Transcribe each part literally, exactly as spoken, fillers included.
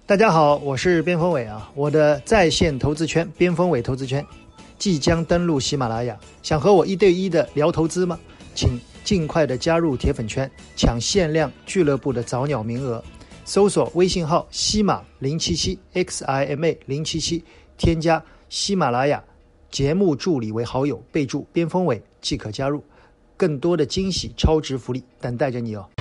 大家好，我是边锋伟啊，我的在线投资圈边锋伟投资圈即将登陆喜马拉雅，想和我一对一的聊投资吗？请尽快的加入铁粉圈，抢限量俱乐部的早鸟名额。搜索微信号西马零七七 X I M A 零七七，添加喜马拉雅节目助理为好友，备注边锋伟即可加入。更多的惊喜超值福利等待着你哦。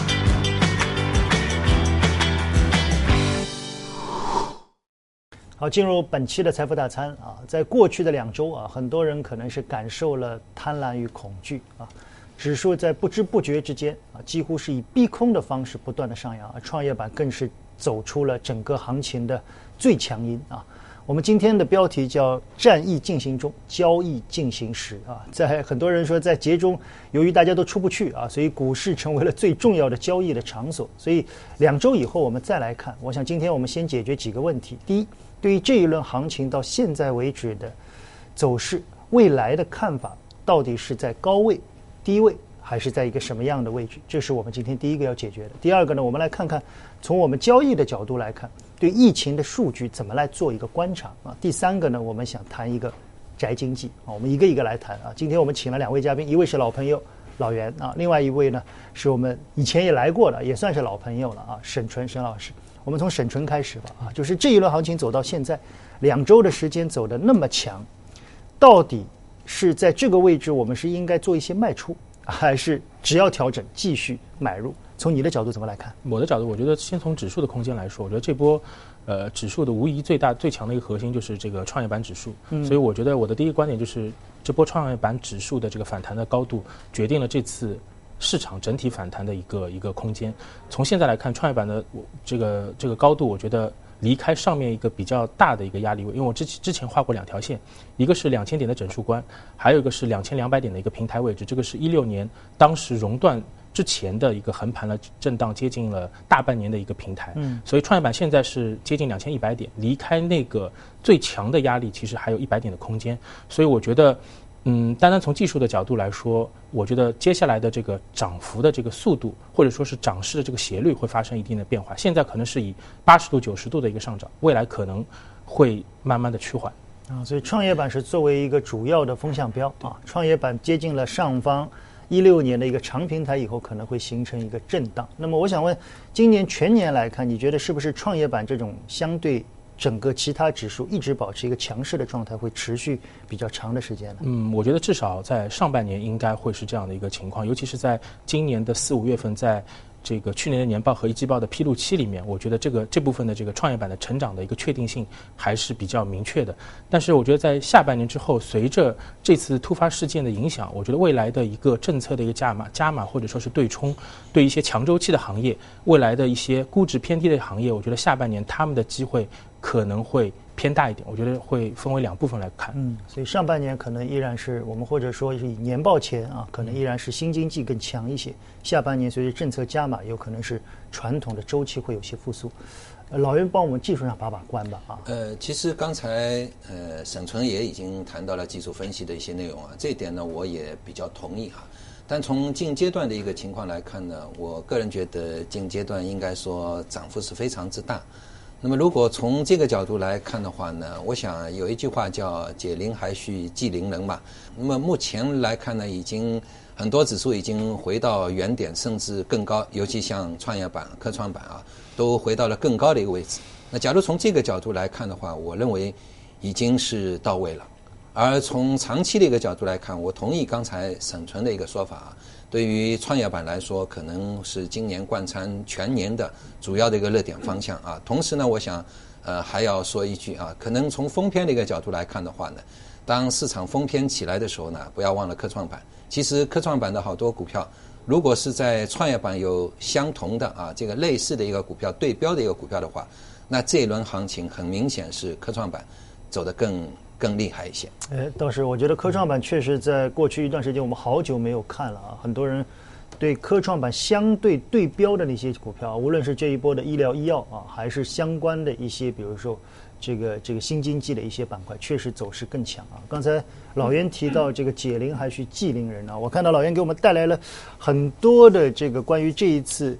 好，进入本期的财富大餐啊，在过去的两周啊，很多人可能是感受了贪婪与恐惧啊，指数在不知不觉之间啊，几乎是以逼空的方式不断的上扬，而创业板更是走出了整个行情的最强音啊。我们今天的标题叫“战役进行中，交易进行时”啊，在很多人说在节中，由于大家都出不去啊，所以股市成为了最重要的交易的场所。所以两周以后我们再来看，我想今天我们先解决几个问题。第一，对于这一轮行情到现在为止的走势，未来的看法到底是在高位、低位，还是在一个什么样的位置？这是我们今天第一个要解决的。第二个呢，我们来看看从我们交易的角度来看，对疫情的数据怎么来做一个观察啊？第三个呢，我们想谈一个宅经济啊，我们一个一个来谈啊。今天我们请了两位嘉宾，一位是老朋友老袁啊，另外一位呢是我们以前也来过的，也算是老朋友了啊，沈纯沈老师。我们从沈纯开始吧啊，就是这一轮行情走到现在两周的时间走得那么强，到底是在这个位置我们是应该做一些卖出，还是只要调整继续买入？从你的角度怎么来看？ 我的角度，我觉得先从指数的空间来说，我觉得这波呃指数的无疑最大最强的一个核心就是这个创业板指数，嗯、所以我觉得我的第一个观点就是这波创业板指数的这个反弹的高度决定了这次市场整体反弹的一个一个空间。从现在来看，创业板的这个这个高度，我觉得离开上面一个比较大的一个压力位，因为我之之前画过两条线，一个是两千点的整数关，还有一个是两千两百点的一个平台位置，这个是一六年当时熔断之前的一个横盘了震荡接近了大半年的一个平台，嗯，所以创业板现在是接近两千一百点，离开那个最强的压力其实还有一百点的空间，所以我觉得嗯，单单从技术的角度来说，我觉得接下来的这个涨幅的这个速度，或者说是涨势的这个斜率会发生一定的变化。现在可能是以八十度、九十度的一个上涨，未来可能会慢慢的趋缓。 啊，所以创业板是作为一个主要的风向标啊，创业板接近了上方一六年的一个长平台以后，可能会形成一个震荡。那么我想问，今年全年来看，你觉得是不是创业板这种相对整个其他指数一直保持一个强势的状态，会持续比较长的时间呢？ 嗯，我觉得至少在上半年应该会是这样的一个情况，尤其是在今年的四五月份，在这个去年的年报和一季报的披露期里面，我觉得这个这部分的这个创业板的成长的一个确定性还是比较明确的。但是我觉得在下半年之后，随着这次突发事件的影响，我觉得未来的一个政策的一个加码加码或者说是对冲，对一些强周期的行业，未来的一些估值偏低的行业，我觉得下半年他们的机会可能会偏大一点，我觉得会分为两部分来看。 嗯，所以上半年可能依然是我们或者说是以年报前啊，可能依然是新经济更强一些。下半年随着政策加码，有可能是传统的周期会有些复苏。呃、老袁帮我们技术上把把关吧啊。 呃，其实刚才呃沈纯也已经谈到了技术分析的一些内容啊，这一点呢我也比较同意哈。但从近阶段的一个情况来看呢，我个人觉得近阶段应该说涨幅是非常之大。那么如果从这个角度来看的话呢，我想有一句话叫解铃还须系铃人嘛。那么目前来看呢，已经很多指数已经回到原点，甚至更高，尤其像创业板、科创板啊，都回到了更高的一个位置。那假如从这个角度来看的话，我认为已经是到位了。而从长期的一个角度来看，我同意刚才沈纯的一个说法啊，对于创业板来说，可能是今年贯穿全年的主要的一个热点方向啊。同时呢，我想呃还要说一句啊，可能从封篇的一个角度来看的话呢，当市场封篇起来的时候呢，不要忘了科创板。其实科创板的好多股票，如果是在创业板有相同的啊这个类似的一个股票对标的一个股票的话，那这一轮行情很明显是科创板走得更更厉害一些。 哎，倒是我觉得科创板确实在过去一段时间我们好久没有看了啊，很多人对科创板相对对标的那些股票，无论是这一波的医疗医药啊，还是相关的一些，比如说这个这个新经济的一些板块，确实走势更强啊。刚才老袁提到这个解铃还须系铃人啊，我看到老袁给我们带来了很多的这个关于这一次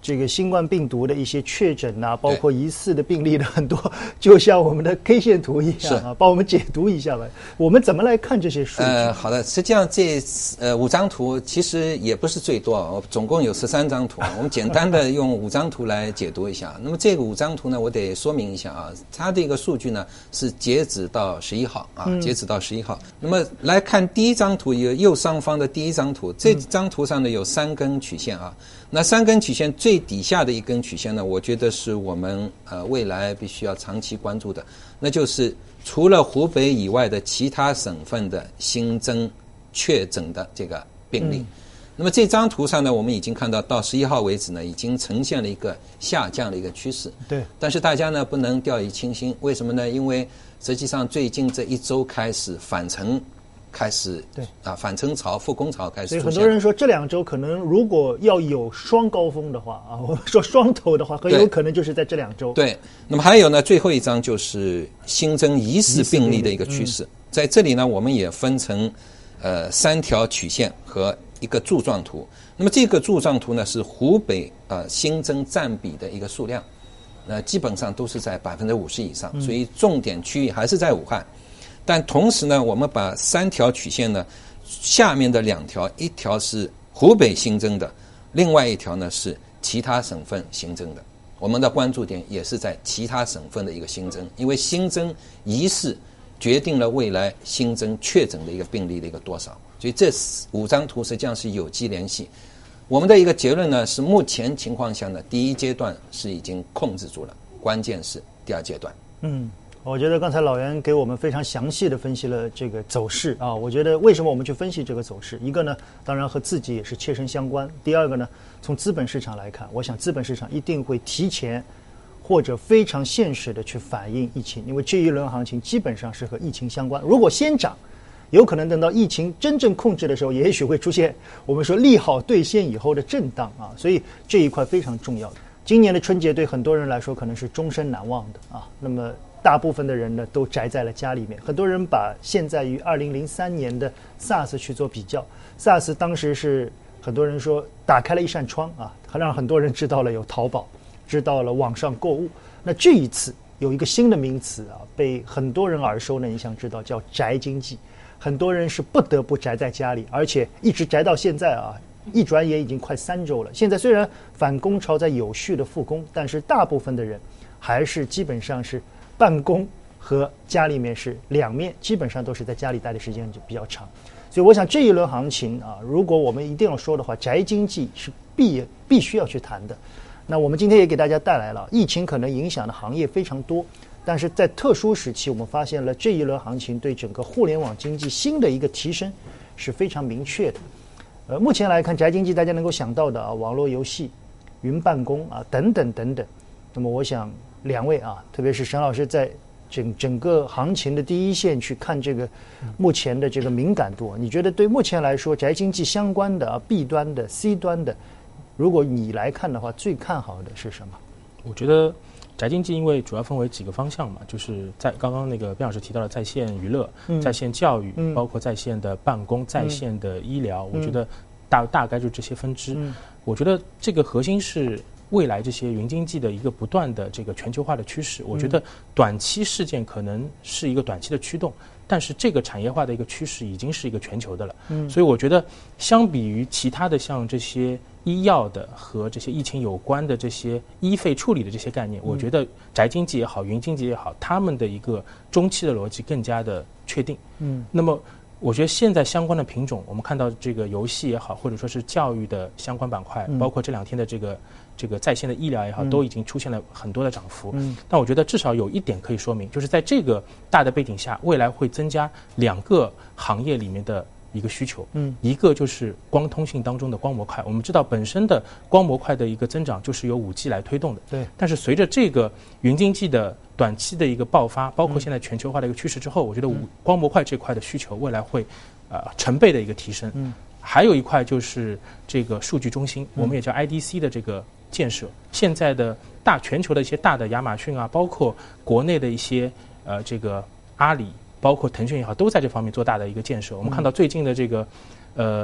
这个新冠病毒的一些确诊啊，包括疑似的病例的很多，就像我们的 K 线图一样啊，帮我们解读一下吧。我们怎么来看这些数据？ 呃，好的，实际上这呃五张图其实也不是最多啊，总共有十三张图，我们简单的用五张图来解读一下。那么这个五张图呢，我得说明一下啊，它这个数据呢是截止到十一号啊，截止到十一号。那么来看第一张图，有右上方的第一张图，这张图上呢有三根曲线啊。那三根曲线最底下的一根曲线呢，我觉得是我们呃未来必须要长期关注的，那就是除了湖北以外的其他省份的新增确诊的这个病例。嗯、那么这张图上呢，我们已经看到到十一号为止呢，已经呈现了一个下降的一个趋势。 对。 但是大家呢不能掉以轻心，为什么呢？因为实际上最近这一周开始返程。开始对啊，反程潮、复工潮开始出现。 所以很多人说这两周可能如果要有双高峰的话啊，我们说双头的话，很有可能就是在这两周。 对，那么还有呢，最后一张就是新增疑似病例的一个趋势。嗯、在这里呢，我们也分成呃三条曲线和一个柱状图。那么这个柱状图呢是湖北呃新增占比的一个数量，呃基本上都是在百分之五十以上，所以重点区域还是在武汉。但同时呢，我们把三条曲线呢，下面的两条，一条是湖北新增的，另外一条呢是其他省份新增的。我们的关注点也是在其他省份的一个新增，因为新增疑似决定了未来新增确诊的一个病例的一个多少。所以这五张图实际上是有机联系。我们的一个结论呢是，目前情况下呢，第一阶段是已经控制住了，关键是第二阶段。 嗯。我觉得刚才老袁给我们非常详细的分析了这个走势啊。我觉得为什么我们去分析这个走势？一个呢，当然和自己也是切身相关；第二个呢，从资本市场来看，我想资本市场一定会提前或者非常现实的去反映疫情，因为这一轮行情基本上是和疫情相关。如果先涨，有可能等到疫情真正控制的时候，也许会出现我们说利好兑现以后的震荡啊。所以这一块非常重要的。今年的春节对很多人来说可能是终身难忘的啊。那么大部分的人呢都宅在了家里面，很多人把现在与二零零三年的 SARS 去做比较。SARS 当时是很多人说打开了一扇窗啊，让很多人知道了有淘宝，知道了网上购物。那这一次有一个新的名词啊，被很多人耳熟能详，知道叫宅经济。很多人是不得不宅在家里，而且一直宅到现在啊，一转眼已经快三周了。现在虽然反攻潮在有序的复工，但是大部分的人还是基本上是办公和家里面是两面，基本上都是在家里待的时间就比较长。所以我想这一轮行情啊，如果我们一定要说的话，宅经济是必必须要去谈的。那我们今天也给大家带来了，疫情可能影响的行业非常多，但是在特殊时期，我们发现了这一轮行情对整个互联网经济新的一个提升是非常明确的。呃，目前来看，宅经济大家能够想到的啊，网络游戏、云办公啊等等等等。那么我想两位啊，特别是沈老师在整整个行情的第一线去看这个目前的这个敏感度，你觉得对目前来说宅经济相关的啊 B 端的 C 端的，如果你来看的话，最看好的是什么？ 我觉得宅经济因为主要分为几个方向嘛，就是在刚刚那个卞老师提到了在线娱乐、嗯、在线教育、嗯、包括在线的办公、在线的医疗、嗯、我觉得大大概就这些分支、嗯、我觉得这个核心是未来这些云经济的一个不断的这个全球化的趋势。我觉得短期事件可能是一个短期的驱动，但是这个产业化的一个趋势已经是一个全球的了。嗯，所以我觉得相比于其他的像这些医药的和这些疫情有关的这些医费处理的这些概念，我觉得宅经济也好，云经济也好，他们的一个中期的逻辑更加的确定。嗯，那么我觉得现在相关的品种，我们看到这个游戏也好，或者说是教育的相关板块，包括这两天的这个这个在线的医疗也好，都已经出现了很多的涨幅。嗯，但我觉得至少有一点可以说明，就是在这个大的背景下，未来会增加两个行业里面的一个需求。嗯，一个就是光通信当中的光模块。我们知道本身的光模块的一个增长就是由 五 G 来推动的。 对。但是随着这个云经济的短期的一个爆发，包括现在全球化的一个趋势之后，我觉得光模块这块的需求未来会呃成倍的一个提升。嗯。还有一块就是这个数据中心，我们也叫 I D C 的这个建设。现在的大全球的一些大的亚马逊啊，包括国内的一些呃这个阿里，包括腾讯也好，都在这方面做大的一个建设。我们看到最近的这个呃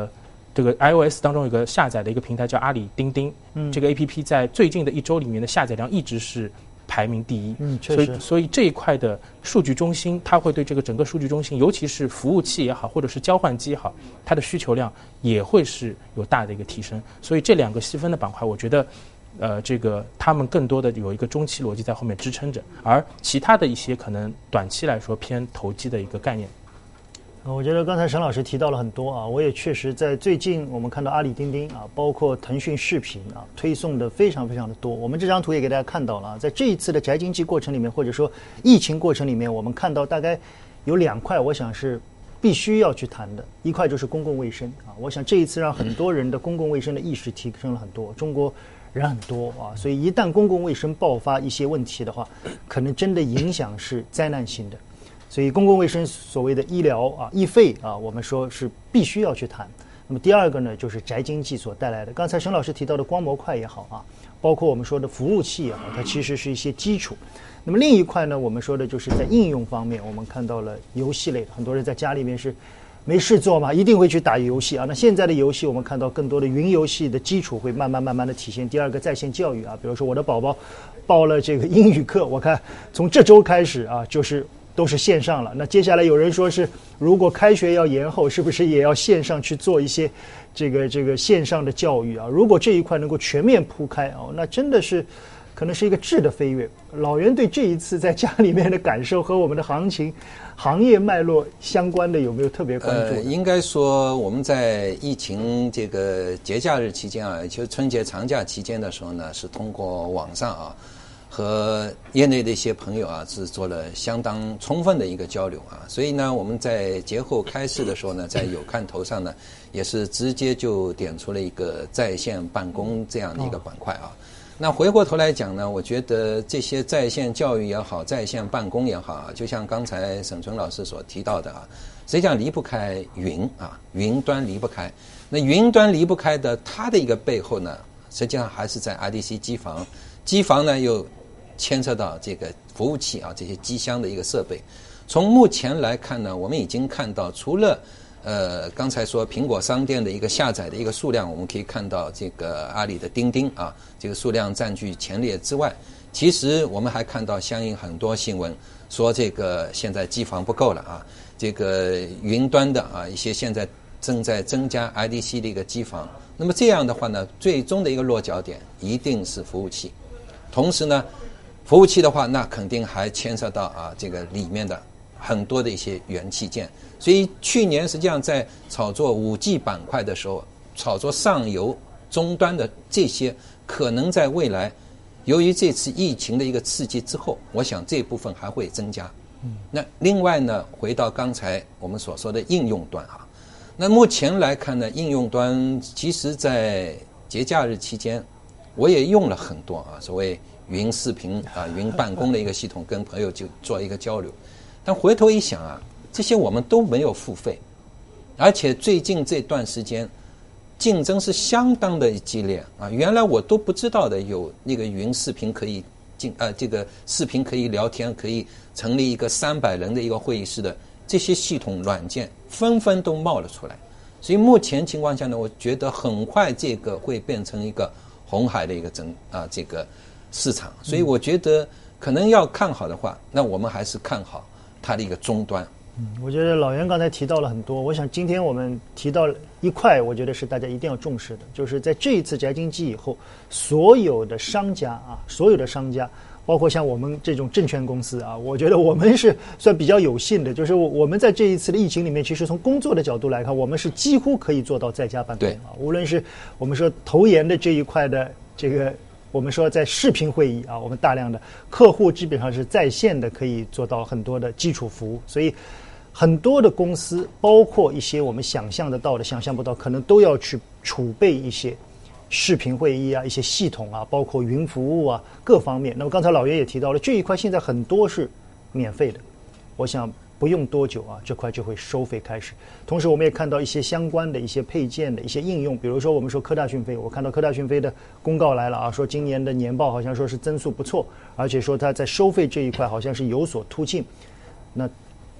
这个 iOS 当中有个下载的一个平台叫阿里钉钉，嗯，这个 A P P 在最近的一周里面的下载量一直是排名第一， 嗯，确实， 所以所以这一块的数据中心，它会对这个整个数据中心，尤其是服务器也好，或者是交换机也好，它的需求量也会是有大的一个提升。所以这两个细分的板块，我觉得，呃，这个他们更多的有一个中期逻辑在后面支撑着，而其他的一些可能短期来说偏投机的一个概念。 我觉得刚才沈老师提到了很多啊，我也确实在最近我们看到阿里钉钉啊，包括腾讯视频啊，推送的非常非常的多。我们这张图也给大家看到了啊，在这一次的宅经济过程里面，或者说疫情过程里面，我们看到大概有两块，我想是必须要去谈的。一块就是公共卫生啊，我想这一次让很多人的公共卫生的意识提升了很多。中国人很多啊，所以一旦公共卫生爆发一些问题的话，可能真的影响是灾难性的。所以公共卫生所谓的医疗啊、医费啊，我们说是必须要去谈。那么第二个呢，就是宅经济所带来的。刚才沈老师提到的光模块也好啊，包括我们说的服务器也好，它其实是一些基础。那么另一块呢，我们说的就是在应用方面，我们看到了游戏类的，很多人在家里面是没事做嘛，一定会去打游戏啊。那现在的游戏，我们看到更多的云游戏的基础会慢慢慢慢的体现。第二个，在线教育啊，比如说我的宝宝报了这个英语课，我看从这周开始啊，就是都是线上了。那接下来有人说是，如果开学要延后，是不是也要线上去做一些这个这个线上的教育啊？如果这一块能够全面铺开哦，那真的是可能是一个质的飞跃。老袁对这一次在家里面的感受和我们的行情、行业脉络相关的有没有特别关注？ 呃，应该说我们在疫情这个节假日期间啊，就春节长假期间的时候呢，是通过网上啊。和业内的一些朋友啊，是做了相当充分的一个交流啊，所以呢，我们在节后开市的时候呢，在有看头上呢，也是直接就点出了一个在线办公这样的一个板块啊。那回过头来讲呢，我觉得这些在线教育也好，在线办公也好啊，就像刚才沈春老师所提到的啊，实际上离不开云啊，云端离不开。那云端离不开的，它的一个背后呢，实际上还是在 I D C 机房，机房呢又牵涉到这个服务器啊，这些机箱的一个设备。从目前来看呢，我们已经看到，除了呃刚才说苹果商店的一个下载的一个数量，我们可以看到这个阿里的钉钉啊，这个数量占据前列之外，其实我们还看到相应很多新闻说这个现在机房不够了啊，这个云端的啊一些现在正在增加 I D C 的一个机房。那么这样的话呢，最终的一个落脚点一定是服务器。同时呢，服务器的话，那肯定还牵涉到啊这个里面的很多的一些元器件。所以去年实际上在炒作 五 G 板块的时候，炒作上游终端的这些，可能在未来由于这次疫情的一个刺激之后，我想这部分还会增加。嗯，那另外呢，回到刚才我们所说的应用端啊，那目前来看呢，应用端其实在节假日期间，我也用了很多啊，所谓云视频啊、云办公的一个系统，跟朋友就做一个交流。但回头一想啊，这些我们都没有付费，而且最近这段时间竞争是相当的激烈啊！原来我都不知道的，有那个云视频可以进呃，这个视频可以聊天，可以成立一个三百人的一个会议室的这些系统软件，纷纷都冒了出来。所以目前情况下呢，我觉得很快这个会变成一个红海的一个整啊这个市场。所以我觉得可能要看好的话，那我们还是看好它的一个终端。 嗯，我觉得老袁刚才提到了很多，我想今天我们提到一块，我觉得是大家一定要重视的，就是在这一次宅经济以后，所有的商家啊，所有的商家，包括像我们这种证券公司啊，我觉得我们是算比较有幸的，就是我们在这一次的疫情里面，其实从工作的角度来看，我们是几乎可以做到在家办公啊，无论是我们说投研的这一块的这个。我们说在视频会议啊，我们大量的客户基本上是在线的，可以做到很多的基础服务，所以很多的公司，包括一些我们想象得到的、想象不到，可能都要去储备一些视频会议啊、一些系统啊，包括云服务啊各方面。那么刚才老袁也提到了这一块，现在很多是免费的，我想不用多久啊，这块就会收费开始。同时，我们也看到一些相关的一些配件的一些应用，比如说我们说科大讯飞，我看到科大讯飞的公告来了啊，说今年的年报好像说是增速不错，而且说它在收费这一块好像是有所突进。那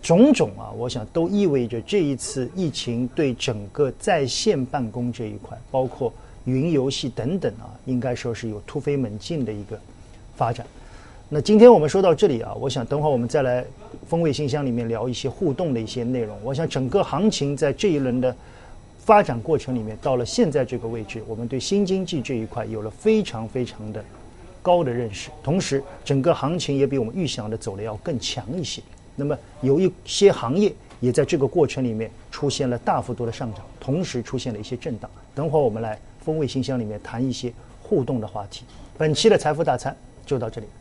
种种啊，我想都意味着这一次疫情对整个在线办公这一块，包括云游戏等等啊，应该说是有突飞猛进的一个发展。那今天我们说到这里啊，我想等会儿我们再来风味信箱里面聊一些互动的一些内容。我想整个行情在这一轮的发展过程里面，到了现在这个位置，我们对新经济这一块有了非常非常的高的认识，同时整个行情也比我们预想的走的要更强一些。那么有一些行业也在这个过程里面出现了大幅度的上涨，同时出现了一些震荡。等会儿我们来风味信箱里面谈一些互动的话题。本期的财富大餐就到这里。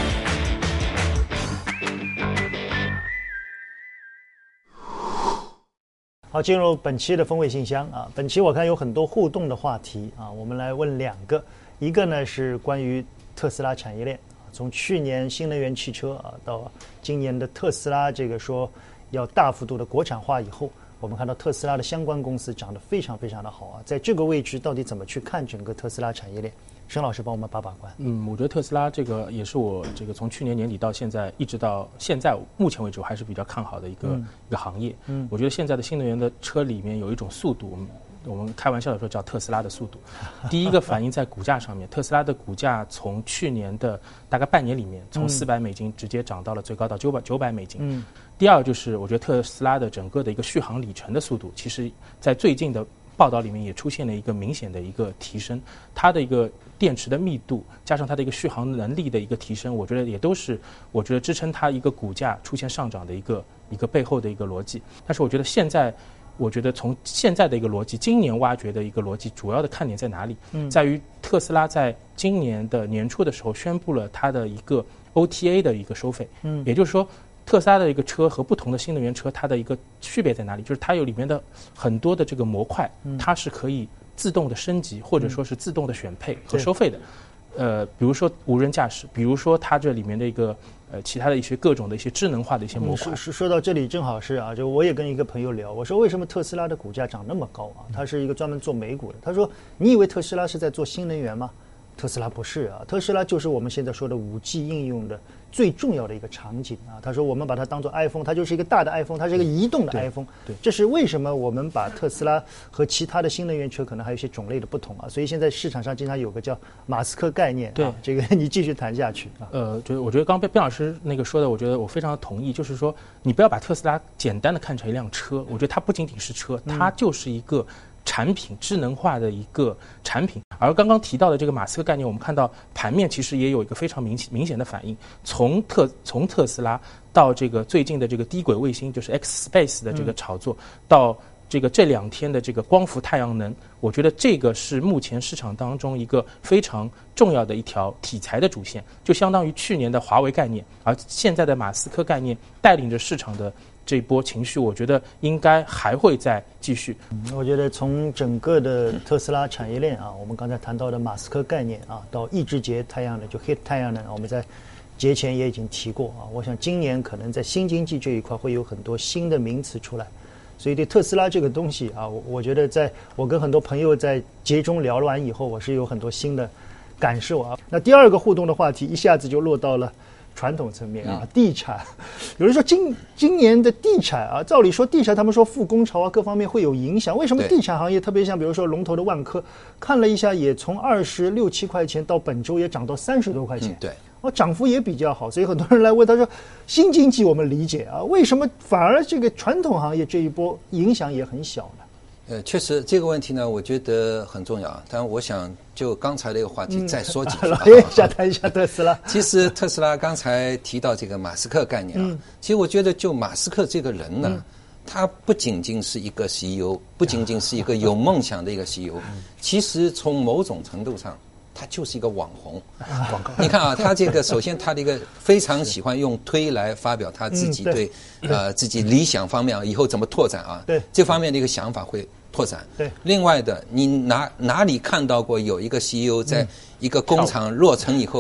好，进入本期的风味信箱啊，本期我看有很多互动的话题啊，我们来问两个，一个呢是关于特斯拉产业链。从去年新能源汽车啊，到今年的特斯拉这个说要大幅度的国产化以后，我们看到特斯拉的相关公司涨得非常非常的好啊。在这个位置，到底怎么去看整个特斯拉产业链？沈老师帮我们把把关。 嗯，我觉得特斯拉这个也是我这个从去年年底到现在，一直到现在目前为止，我还是比较看好的一个、嗯、一个行业。嗯，我觉得现在的新能源的车里面有一种速度，我们我们开玩笑的说叫特斯拉的速度。第一个反映在股价上面，特斯拉的股价从去年的大概半年里面，从四百美金直接涨到了最高到九百九百美金。嗯。第二就是我觉得特斯拉的整个的一个续航里程的速度，其实在最近的报道里面也出现了一个明显的一个提升，它的一个电池的密度加上它的一个续航能力的一个提升，我觉得也都是我觉得支撑它一个股价出现上涨的一个一个背后的一个逻辑。但是我觉得现在。我觉得从现在的一个逻辑，今年挖掘的一个逻辑，主要的看点在哪里？嗯，在于特斯拉在今年的年初的时候宣布了它的一个 O T A 的一个收费。嗯，也就是说，特斯拉的一个车和不同的新能源车，它的一个区别在哪里？就是它有里面的很多的这个模块，它是可以自动的升级，或者说是自动的选配和收费的。呃，比如说无人驾驶，比如说它这里面的一个。呃，其他的一些各种的一些智能化的一些模块。 嗯、说, 说到这里，正好是啊，就我也跟一个朋友聊，我说为什么特斯拉的股价涨那么高啊？他是一个专门做美股的，他说你以为特斯拉是在做新能源吗？特斯拉不是啊，特斯拉就是我们现在说的五 G 应用的最重要的一个场景啊。他说我们把它当做 iPhone， 它就是一个大的 iPhone， 它是一个移动的 iPhone。对，这是为什么我们把特斯拉和其他的新能源车可能还有一些种类的不同啊。所以现在市场上经常有个叫马斯克概念。 对， 啊、这个你继续谈下去啊。 呃，就是我觉得刚刚卞老师那个说的，我觉得我非常同意，就是说你不要把特斯拉简单的看成一辆车，我觉得它不仅仅是车，它就是一个。产品智能化的一个产品，而刚刚提到的这个马斯克概念，我们看到盘面其实也有一个非常明明显的反应。从特从特斯拉到这个最近的这个低轨卫星，就是 X Space 的这个炒作，嗯、到这个这两天的这个光伏太阳能，我觉得这个是目前市场当中一个非常重要的一条题材的主线，就相当于去年的华为概念，而现在的马斯克概念带领着市场的。这波情绪，我觉得应该还会再继续。 嗯、我觉得从整个的特斯拉产业链啊，我们刚才谈到的马斯克概念啊，到抑制节太阳能，就 Hit 太阳能，我们在节前也已经提过啊。我想今年可能在新经济这一块会有很多新的名词出来，所以对特斯拉这个东西啊，我我觉得在我跟很多朋友在节中聊完以后，我是有很多新的感受啊。那第二个互动的话题一下子就落到了。传统层面啊，地产，有人说今今年的地产啊，照理说地产他们说复工潮啊，各方面会有影响。为什么地产行业，特别像比如说龙头的万科，看了一下也从二十六七块钱到本周也涨到三十多块钱， 嗯、对， 哦，涨幅也比较好。所以很多人来问他说，新经济我们理解啊，为什么反而这个传统行业这一波影响也很小呢？ 呃，确实这个问题呢，我觉得很重要。但我想就刚才的一个话题再说几句。 老爷想谈一下特斯拉。 其实特斯拉刚才提到这个马斯克概念啊，嗯、其实我觉得就马斯克这个人呢，嗯、他不仅仅是一个 C E O， 不仅仅是一个有梦想的一个 C E O，嗯、其实从某种程度上。他就是一个网红，广告。你看啊，他这个首先他的一个非常喜欢用推来发表他自己对、嗯、对呃自己理想方面以后怎么拓展啊， 对这方面的一个想法会拓展。 对， 另外的，你哪哪里看到过有一个 C E O 在一个工厂落成以后，嗯、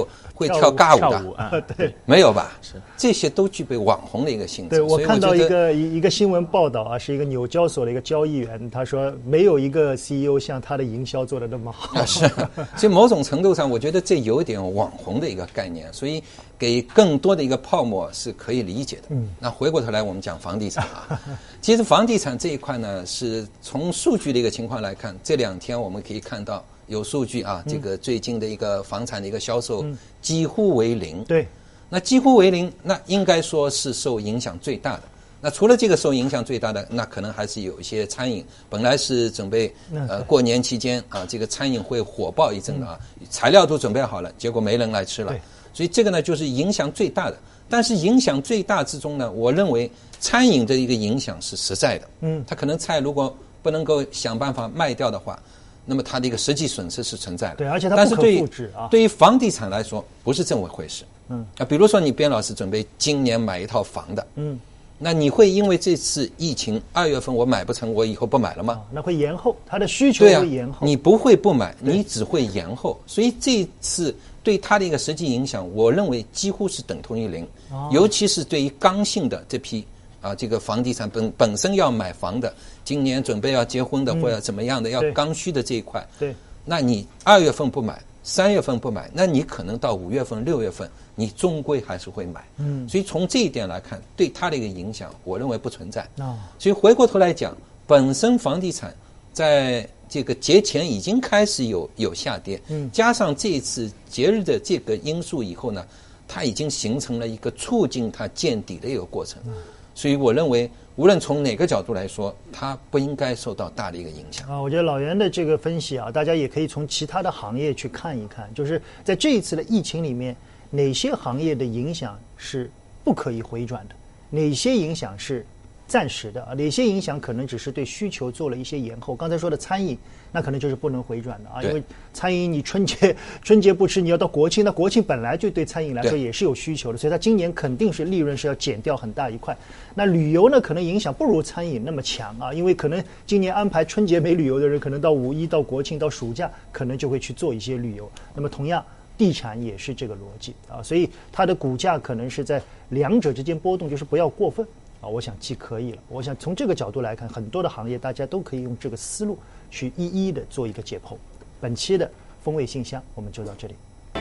会跳尬舞的， 舞啊、 对， 没有吧？ 是， 这些都具备网红的一个性质。 对，我看到一所以我觉得个一一个新闻报道啊，是一个纽交所的一个交易员，他说没有一个 C E O 像他的营销做的那么好。 啊，是，所以某种程度上，我觉得这有点网红的一个概念，所以给更多的一个泡沫是可以理解的。嗯，那回过头来我们讲房地产啊，其实房地产这一块呢，是从数据的一个情况来看，这两天我们可以看到有数据啊，这个最近的一个房产的一个销售几乎为零。 对， 那几乎为零，那应该说是受影响最大的。那除了这个受影响最大的，那可能还是有一些餐饮，本来是准备呃过年期间啊，这个餐饮会火爆一阵的啊，材料都准备好了，结果没人来吃了，所以这个呢就是影响最大的。但是影响最大之中呢，我认为餐饮的一个影响是实在的，嗯，它可能菜如果不能够想办法卖掉的话，那么它的一个实际损失是存在的。 对，而且它不可复制啊。 对于房地产来说，不是这么回事。嗯啊，比如说你边老师准备今年买一套房的，嗯，那你会因为这次疫情二月份我买不成，我以后不买了吗？ 啊、那会延后，它的需求会延后。 啊、你不会不买，你只会延后。所以这次对它的一个实际影响，我认为几乎是等同于零。哦、尤其是对于刚性的这批啊，这个房地产本本身要买房的，今年准备要结婚的、嗯、或者怎么样的要刚需的这一块， 对， 那你二月份不买，三月份不买，那你可能到五月份、六月份，你终归还是会买。嗯，所以从这一点来看，对它的一个影响，我认为不存在。哦，所以回过头来讲，本身房地产在这个节前已经开始有有下跌，嗯，加上这一次节日的这个因素以后呢，它已经形成了一个促进它见底的一个过程。嗯，所以我认为，无论从哪个角度来说，它不应该受到大的一个影响啊。我觉得老袁的这个分析啊，大家也可以从其他的行业去看一看，就是在这一次的疫情里面，哪些行业的影响是不可以回转的，哪些影响是暂时的啊，哪些影响可能只是对需求做了一些延后。刚才说的餐饮，那可能就是不能回转的啊，因为餐饮你春节春节不吃，你要到国庆，那国庆本来就对餐饮来说也是有需求的，所以它今年肯定是利润是要减掉很大一块。那旅游呢，可能影响不如餐饮那么强啊，因为可能今年安排春节没旅游的人，可能到五一、到国庆、到暑假，可能就会去做一些旅游。那么同样，地产也是这个逻辑啊，所以它的股价可能是在两者之间波动，就是不要过分。啊，我想既可以了。我想从这个角度来看，很多的行业大家都可以用这个思路去一一的做一个解剖。本期的风味信箱我们就到这里。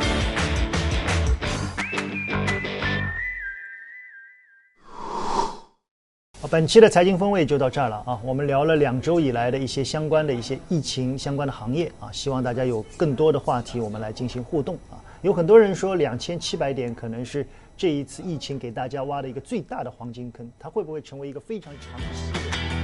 好，本期的财经风味就到这儿了啊。我们聊了两周以来的一些相关的一些疫情相关的行业啊，希望大家有更多的话题我们来进行互动啊。有很多人说两千七百点可能是这一次疫情给大家挖的一个最大的黄金坑，它会不会成为一个非常长期的